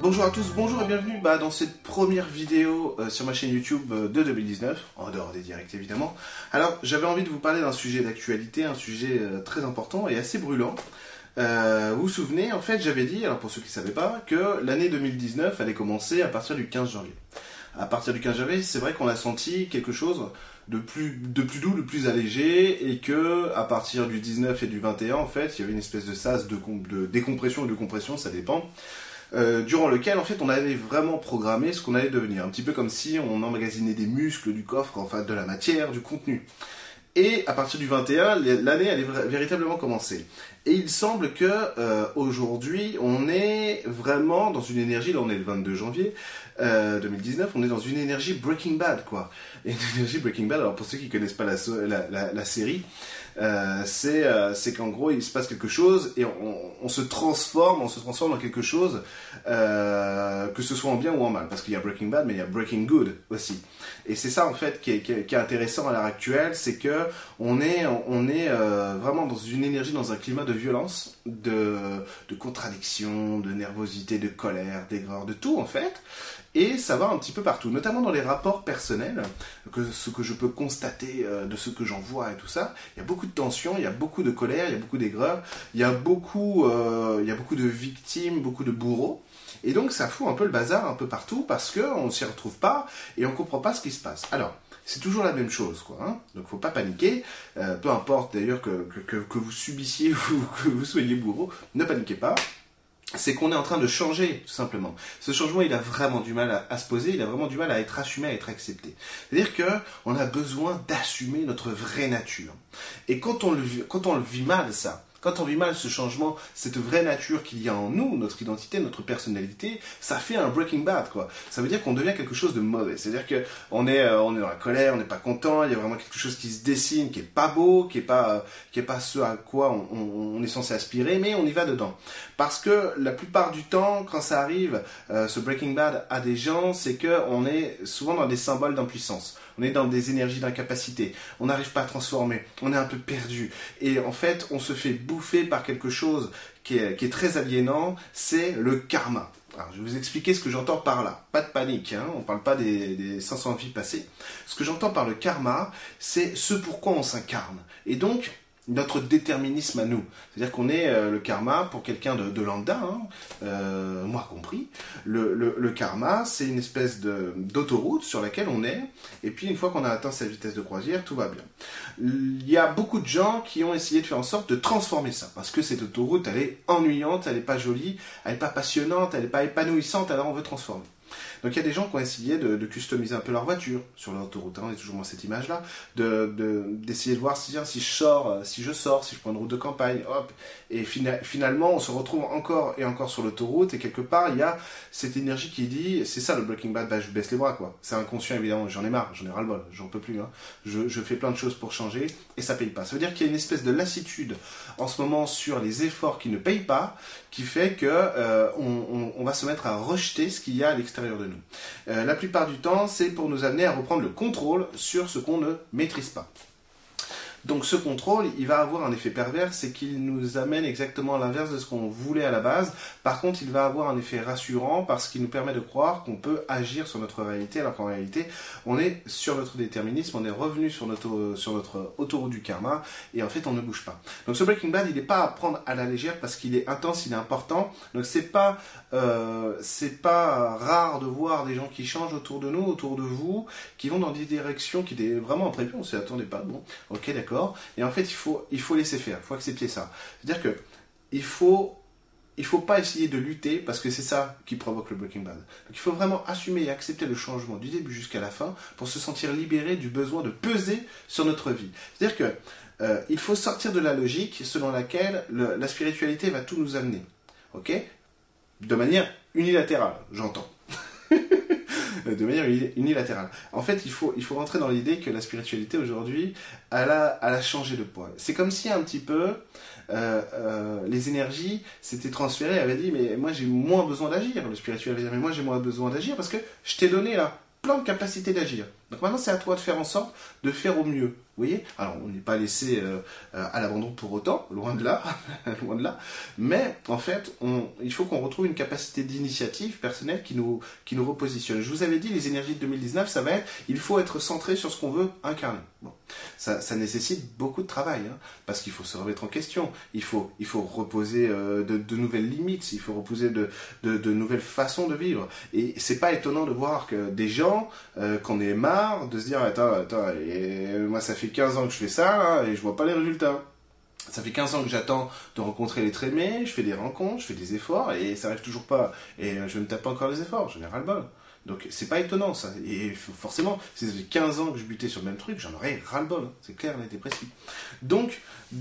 Bonjour à tous, bonjour et bienvenue dans cette première vidéo sur ma chaîne YouTube de 2019, en dehors des directs évidemment. Alors j'avais envie de vous parler d'un sujet d'actualité, un sujet très important et assez brûlant. Vous vous souvenez, en fait j'avais dit, alors pour ceux qui ne savaient pas, que l'année 2019 allait commencer à partir du 15 janvier. À partir du 15 janvier, c'est vrai qu'on a senti quelque chose de plus doux, de plus allégé, et que à partir du 19 et du 21, en fait, il y avait une espèce de sas de décompression ou de compression, ça dépend, durant lequel en fait on avait vraiment programmé ce qu'on allait devenir, un petit peu comme si on emmagasinait des muscles, du coffre, enfin de la matière, du contenu. Et à partir du 21, l'année allait véritablement commencer. Et il semble que aujourd'hui, on est vraiment dans une énergie, là on est le 22 janvier 2019, on est dans une énergie Breaking Bad, quoi. Et une énergie Breaking Bad, alors pour ceux qui ne connaissent pas la série, c'est qu'en gros il se passe quelque chose et on se transforme en quelque chose, que ce soit en bien ou en mal, parce qu'il y a Breaking Bad mais il y a Breaking Good aussi, et c'est ça en fait qui est intéressant à l'heure actuelle, c'est que on est vraiment dans une énergie, dans un climat de violence, de contradiction, de nervosité, de colère, d'aigreur, de tout en fait. Et ça va un petit peu partout, notamment dans les rapports personnels, ce que je peux constater de ce que j'en vois et tout ça. Il y a beaucoup de tensions, il y a beaucoup de colère, il y a beaucoup d'aigreur, il y a beaucoup de victimes, beaucoup de bourreaux. Et donc ça fout un peu le bazar un peu partout parce qu'on ne s'y retrouve pas et on ne comprend pas ce qui se passe. Alors, c'est toujours la même chose, quoi. Hein, donc faut pas paniquer, peu importe d'ailleurs que vous subissiez ou que vous soyez bourreau, ne paniquez pas. C'est qu'on est en train de changer, tout simplement. Ce changement, il a vraiment du mal à se poser, il a vraiment du mal à être assumé, à être accepté. C'est-à-dire qu'on a besoin d'assumer notre vraie nature. Et quand on le vit mal, ça, quand on vit mal ce changement, cette vraie nature qu'il y a en nous, notre identité, notre personnalité, ça fait un Breaking Bad, quoi. Ça veut dire qu'on devient quelque chose de mauvais. C'est-à-dire qu'on est dans la colère, on n'est pas content, il y a vraiment quelque chose qui se dessine, qui est pas beau, qui est pas ce à quoi on est censé aspirer, mais on y va dedans. Parce que la plupart du temps, quand ça arrive, ce Breaking Bad à des gens, c'est qu'on est souvent dans des symboles d'impuissance. On est dans des énergies d'incapacité. On n'arrive pas à transformer. On est un peu perdu. Et en fait, on se fait bouffer par quelque chose qui est très aliénant. C'est le karma. Alors, je vais vous expliquer ce que j'entends par là. Pas de panique, hein, on ne parle pas des 500 vies passées. Ce que j'entends par le karma, c'est ce pourquoi on s'incarne. Et donc, notre déterminisme à nous. C'est-à-dire qu'on est le karma, pour quelqu'un de lambda, hein, moi compris, le karma, c'est une espèce d'autoroute sur laquelle on est, et puis une fois qu'on a atteint cette vitesse de croisière, tout va bien. Il y a beaucoup de gens qui ont essayé de faire en sorte de transformer ça, parce que cette autoroute, elle est ennuyante, elle n'est pas jolie, elle n'est pas passionnante, elle n'est pas épanouissante, alors on veut transformer. Donc il y a des gens qui ont essayé de customiser un peu leur voiture sur l'autoroute, hein, on est toujours dans cette image-là, d'essayer de voir si je sors, si je prends une route de campagne, hop, et finalement on se retrouve encore et encore sur l'autoroute, et quelque part il y a cette énergie qui dit, c'est ça le Breaking Bad, je baisse les bras, quoi. C'est inconscient évidemment, j'en ai marre, j'en ai ras-le-bol, j'en peux plus, hein. Je fais plein de choses pour changer, et ça paye pas. Ça veut dire qu'il y a une espèce de lassitude en ce moment sur les efforts qui ne payent pas, qui fait que on va se mettre à rejeter ce qu'il y a à l'extérieur de nous. La plupart du temps, c'est pour nous amener à reprendre le contrôle sur ce qu'on ne maîtrise pas. Donc ce contrôle, il va avoir un effet pervers, c'est qu'il nous amène exactement à l'inverse de ce qu'on voulait à la base. Par contre, il va avoir un effet rassurant parce qu'il nous permet de croire qu'on peut agir sur notre réalité, alors qu'en réalité, on est sur notre déterminisme, on est revenu sur notre autoroute du karma, et en fait, on ne bouge pas. Donc ce Breaking Bad, il n'est pas à prendre à la légère parce qu'il est intense, il est important. Donc c'est pas rare de voir des gens qui changent autour de nous, autour de vous, qui vont dans des directions qui étaient vraiment imprévues, on ne s'y attendait pas. Bon, ok, d'accord. Et en fait, il faut laisser faire, il faut accepter ça. C'est-à-dire que il faut pas essayer de lutter parce que c'est ça qui provoque le Breaking Bad. Donc il faut vraiment assumer et accepter le changement du début jusqu'à la fin pour se sentir libéré du besoin de peser sur notre vie. C'est-à-dire que il faut sortir de la logique selon laquelle la spiritualité va tout nous amener. Ok ? De manière unilatérale, j'entends. De manière unilatérale. En fait, il faut rentrer dans l'idée que la spiritualité aujourd'hui, elle a changé de poids. C'est comme si un petit peu les énergies s'étaient transférées, elle avait dit mais moi j'ai moins besoin d'agir. Le spirituel avait dit mais moi j'ai moins besoin d'agir parce que je t'ai donné là plein de capacités d'agir. Donc maintenant, c'est à toi de faire en sorte de faire au mieux. Vous voyez? Alors, on n'est pas laissé à l'abandon pour autant, loin de là, loin de là. Mais en fait, il faut qu'on retrouve une capacité d'initiative personnelle qui nous repositionne. Je vous avais dit, les énergies de 2019, ça va être, il faut être centré sur ce qu'on veut incarner. Bon. Ça nécessite beaucoup de travail, hein, parce qu'il faut se remettre en question. Il faut reposer de nouvelles limites. Il faut reposer de nouvelles façons de vivre. Et c'est pas étonnant de voir que des gens qu'on est marre de se dire attends, moi ça fait 15 ans que je fais ça là, et je vois pas les résultats. Ça fait 15 ans que j'attends de rencontrer l'être aimé, je fais des rencontres, je fais des efforts, et ça arrive toujours pas. Et je ne tape pas encore les efforts, j'en ai ras-le-bol. Donc c'est pas étonnant ça. Et forcément, si ça fait 15 ans que je butais sur le même truc, j'en aurais ras-le-bol. Hein. C'est clair, net et précis. Donc,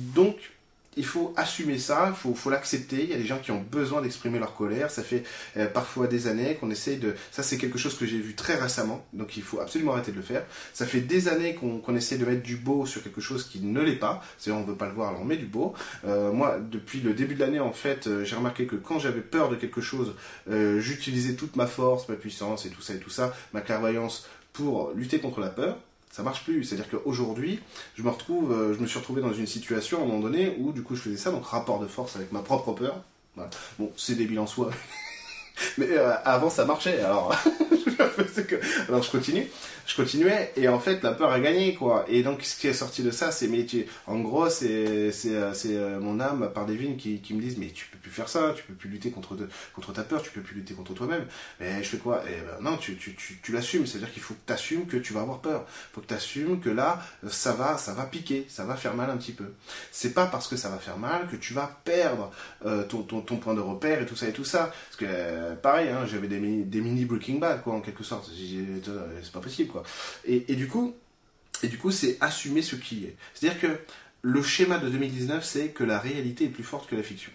il faut assumer ça, il faut l'accepter. Il y a des gens qui ont besoin d'exprimer leur colère. Ça fait parfois des années qu'on essaye de... Ça, c'est quelque chose que j'ai vu très récemment, donc il faut absolument arrêter de le faire. Ça fait des années qu'on essaie de mettre du beau sur quelque chose qui ne l'est pas. C'est-à-dire, on ne veut pas le voir, alors on met du beau. Moi, depuis le début de l'année, en fait, j'ai remarqué que quand j'avais peur de quelque chose, j'utilisais toute ma force, ma puissance et tout ça, ma clairvoyance pour lutter contre la peur. Ça marche plus. C'est-à-dire qu'aujourd'hui, je me suis retrouvé dans une situation à un moment donné où du coup je faisais ça, donc rapport de force avec ma propre peur. Voilà. Bon, c'est débile en soi, mais avant ça marchait. Alors, alors je continuais, et en fait la peur a gagné quoi. Et donc ce qui est sorti de ça, c'est en gros c'est mon âme par des vignes qui me disent mais tu peux plus faire ça, tu peux plus lutter contre ta peur, tu peux plus lutter contre toi-même. Mais je fais quoi? Et ben, non, tu l'assumes. C'est-à-dire qu'il faut que tu assumes que tu vas avoir peur. Il faut que tu assumes que là ça va piquer, ça va faire mal un petit peu. C'est pas parce que ça va faire mal que tu vas perdre ton point de repère et tout ça. Parce que pareil, hein, j'avais des mini Breaking Bad quoi en quelque sorte. C'est pas possible quoi. Et du coup, c'est assumer ce qui est. C'est-à-dire que le schéma de 2019, c'est que la réalité est plus forte que la fiction.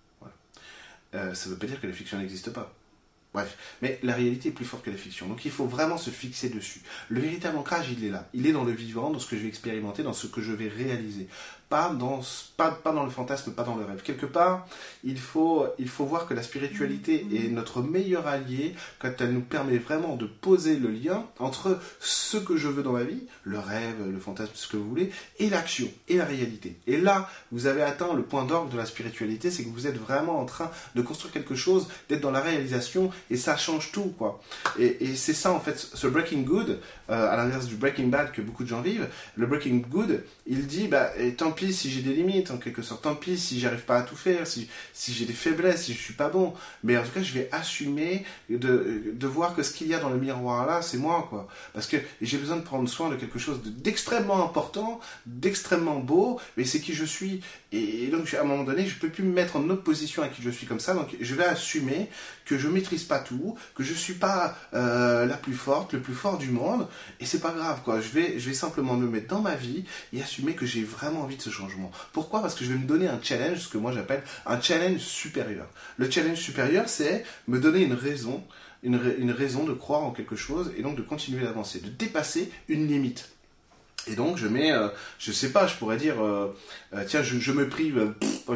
Voilà. Ça ne veut pas dire que la fiction n'existe pas. Bref, mais la réalité est plus forte que la fiction. Donc il faut vraiment se fixer dessus. Le véritable ancrage, il est là. Il est dans le vivant, dans ce que je vais expérimenter, dans ce que je vais réaliser. Pas dans le fantasme, pas dans le rêve. Quelque part, il faut voir que la spiritualité est notre meilleur allié quand elle nous permet vraiment de poser le lien entre ce que je veux dans ma vie, le rêve, le fantasme, ce que vous voulez, et l'action, et la réalité. Et là, vous avez atteint le point d'orgue de la spiritualité, c'est que vous êtes vraiment en train de construire quelque chose, d'être dans la réalisation, et ça change tout, quoi. Et c'est ça, en fait, ce Breaking Good, à l'inverse du Breaking Bad que beaucoup de gens vivent, le Breaking Good, il dit, tant pis si j'ai des limites, en quelque sorte, tant pis si j'arrive pas à tout faire, si j'ai des faiblesses, si je suis pas bon, mais en tout cas, je vais assumer de voir que ce qu'il y a dans le miroir là, c'est moi, quoi. Parce que j'ai besoin de prendre soin de quelque chose d'extrêmement important, d'extrêmement beau, mais c'est qui je suis. Et donc, à un moment donné, je peux plus me mettre en opposition à qui je suis comme ça, donc je vais assumer que je maîtrise pas tout, que je suis pas la plus forte, le plus fort du monde, et c'est pas grave, quoi. Je vais simplement me mettre dans ma vie et assumer que j'ai vraiment envie de ce changement. Pourquoi? Parce que je vais me donner un challenge, ce que moi j'appelle un challenge supérieur. Le challenge supérieur, c'est me donner une raison de croire en quelque chose et donc de continuer d'avancer, de dépasser une limite. Et donc je mets, je sais pas, je pourrais dire, tiens, je me prive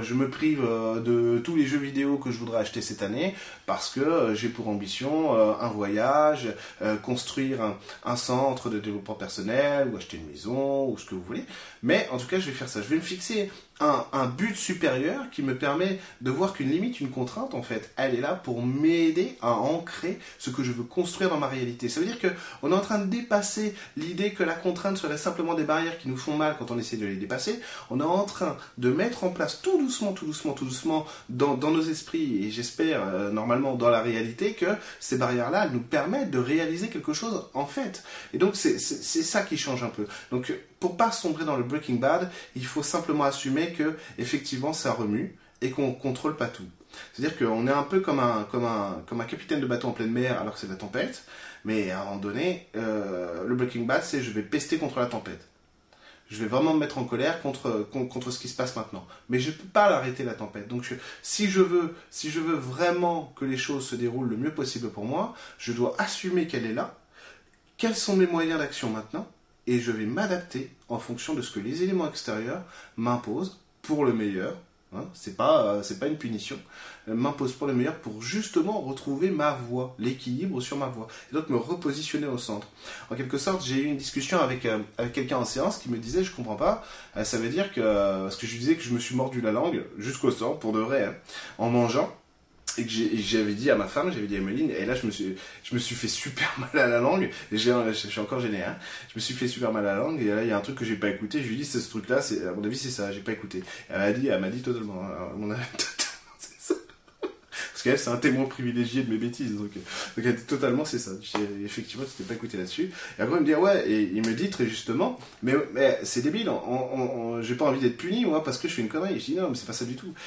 de tous les jeux vidéo que je voudrais acheter cette année parce que j'ai pour ambition un voyage, construire un centre de développement personnel ou acheter une maison ou ce que vous voulez. Mais en tout cas, je vais faire ça. Je vais me fixer un but supérieur qui me permet de voir qu'une limite, une contrainte, en fait, elle est là pour m'aider à ancrer ce que je veux construire dans ma réalité. Ça veut dire qu'on est en train de dépasser l'idée que la contrainte serait simplement des barrières qui nous font mal quand on essaie de les dépasser. On est en train de mettre en place tout doucement dans nos esprits et j'espère normalement dans la réalité que ces barrières-là, elles nous permettent de réaliser quelque chose en fait. Et donc c'est ça qui change un peu. Donc pour pas sombrer dans le Breaking Bad, il faut simplement assumer que effectivement ça remue et qu'on contrôle pas tout. C'est-à-dire qu'on est un peu comme un capitaine de bateau en pleine mer alors que c'est la tempête, mais à un moment donné, le Breaking Bad, c'est je vais pester contre la tempête. Je vais vraiment me mettre en colère contre ce qui se passe maintenant. Mais je ne peux pas l'arrêter la tempête. Donc si je veux vraiment que les choses se déroulent le mieux possible pour moi, je dois assumer qu'elle est là. Quels sont mes moyens d'action maintenant? Et je vais m'adapter en fonction de ce que les éléments extérieurs m'imposent pour le meilleur, hein, c'est pas une punition, m'impose pour le meilleur pour justement retrouver ma voie, l'équilibre sur ma voie, et donc me repositionner au centre. En quelque sorte, j'ai eu une discussion avec quelqu'un en séance qui me disait, je comprends pas, ça veut dire que, parce que je lui disais que je me suis mordu la langue jusqu'au sang, pour de vrai, hein, en mangeant, et que j'avais dit à ma femme, j'avais dit à Emeline, et là je me suis fait super mal à la langue, et je suis encore gêné, hein. Je me suis fait super mal à la langue, et là il y a un truc que j'ai pas écouté, je lui ai dit c'est ce truc là, à mon avis c'est ça, j'ai pas écouté. Elle m'a dit totalement, à mon avis totalement c'est ça. Parce qu'elle c'est un témoin privilégié de mes bêtises, donc elle dit totalement c'est ça. Effectivement tu t'es pas écouté là-dessus. Et après il me dit ouais, et il me dit très justement, mais c'est débile, j'ai pas envie d'être puni moi parce que je fais une connerie. Je dis non mais c'est pas ça du tout.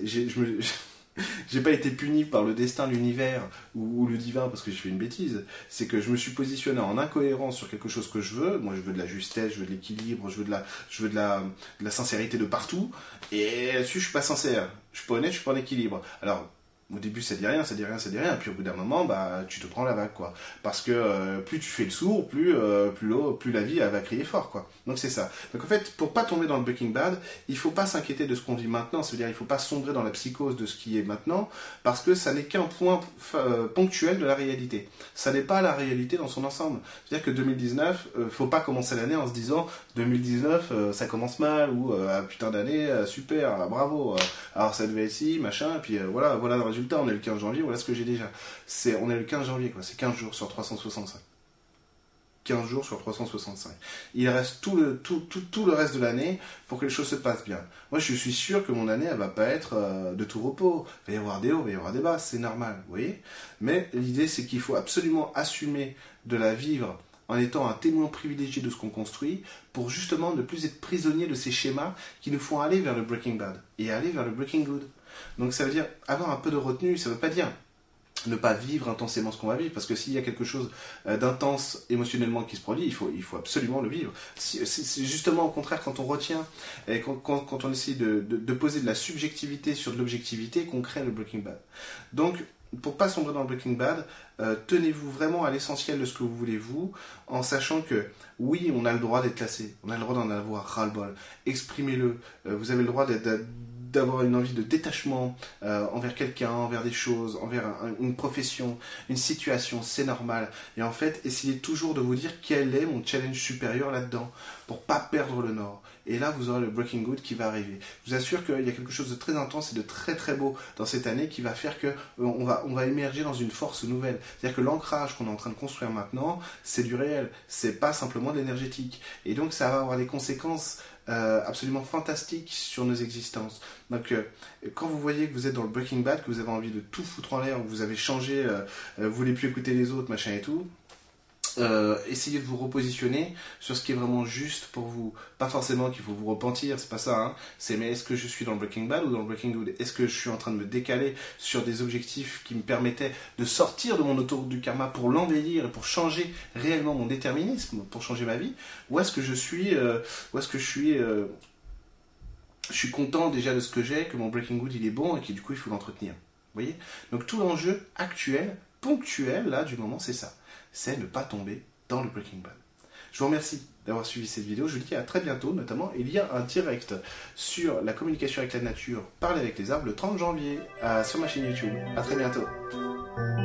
J'ai pas été puni par le destin, l'univers ou le divin parce que j'ai fait une bêtise. C'est que je me suis positionné en incohérence sur quelque chose que je veux. Moi, je veux de la justesse, je veux de l'équilibre, je veux de la sincérité de partout. Et là-dessus, je suis pas sincère. Je suis pas honnête, je suis pas en équilibre. Alors, au début, ça dit rien, ça dit rien, ça dit rien. Puis au bout d'un moment, bah, tu te prends la vague, quoi. Parce que plus tu fais le sourd, plus la vie, elle va crier fort, quoi. Donc c'est ça. Donc en fait, pour pas tomber dans le Breaking Bad, il faut pas s'inquiéter de ce qu'on vit maintenant. C'est-à-dire, il faut pas sombrer dans la psychose de ce qui est maintenant, parce que ça n'est qu'un point ponctuel de la réalité. Ça n'est pas la réalité dans son ensemble. C'est-à-dire que 2019, faut pas commencer l'année en se disant 2019, ça commence mal ou putain d'année, super, bravo. Alors ça devait être si, machin, et puis voilà le résultat, on est le 15 janvier, voilà ce que j'ai déjà. On est le 15 janvier, quoi, c'est 15 jours sur 365. 15 jours sur 365. Il reste tout le reste de l'année pour que les choses se passent bien. Moi, je suis sûr que mon année, elle va pas être de tout repos. Il va y avoir des hauts, il va y avoir des bas, c'est normal, vous voyez. Mais l'idée, c'est qu'il faut absolument assumer de la vivre en étant un témoin privilégié de ce qu'on construit, pour justement ne plus être prisonnier de ces schémas qui nous font aller vers le Breaking Bad et aller vers le Breaking Good. Donc ça veut dire avoir un peu de retenue, ça ne veut pas dire ne pas vivre intensément ce qu'on va vivre, parce que s'il y a quelque chose d'intense émotionnellement qui se produit, il faut absolument le vivre. C'est justement au contraire quand on retient, et quand on essaie de poser de la subjectivité sur de l'objectivité, qu'on crée le Breaking Bad. Donc, pour pas sombrer dans le Breaking Bad, tenez-vous vraiment à l'essentiel de ce que vous voulez vous, en sachant que oui, on a le droit d'être classé, on a le droit d'en avoir ras-le-bol, exprimez-le, vous avez le droit d'avoir une envie de détachement envers quelqu'un, envers des choses, envers une profession, une situation, c'est normal. Et en fait, essayez toujours de vous dire quel est mon challenge supérieur là-dedans, pour pas perdre le nord. Et là, vous aurez le Breaking Good qui va arriver. Je vous assure qu'il y a quelque chose de très intense et de très très beau dans cette année qui va faire que on va émerger dans une force nouvelle. C'est-à-dire que l'ancrage qu'on est en train de construire maintenant, c'est du réel. C'est pas simplement de l'énergétique. Et donc, ça va avoir des conséquences absolument fantastiques sur nos existences. Donc, quand vous voyez que vous êtes dans le Breaking Bad, que vous avez envie de tout foutre en l'air, que vous avez changé, vous voulez plus écouter les autres, machin et tout, essayez de vous repositionner sur ce qui est vraiment juste pour vous. Pas forcément qu'il faut vous repentir, c'est pas ça, hein. C'est mais est-ce que je suis dans le Breaking Bad ou dans le Breaking Good? Est-ce que je suis en train de me décaler sur des objectifs qui me permettaient de sortir de mon autoroute du karma pour l'embellir et pour changer réellement mon déterminisme, pour changer ma vie? Ou est-ce que je suis content déjà de ce que j'ai, que mon Breaking Good il est bon et que du coup il faut l'entretenir. Vous voyez? Donc tout l'enjeu actuel, ponctuel là du moment, c'est ça. C'est ne pas tomber dans le Breaking Bad. Je vous remercie d'avoir suivi cette vidéo. Je vous dis à très bientôt. Notamment, il y a un direct sur la communication avec la nature, parler avec les arbres, le 30 janvier sur ma chaîne YouTube. À très bientôt.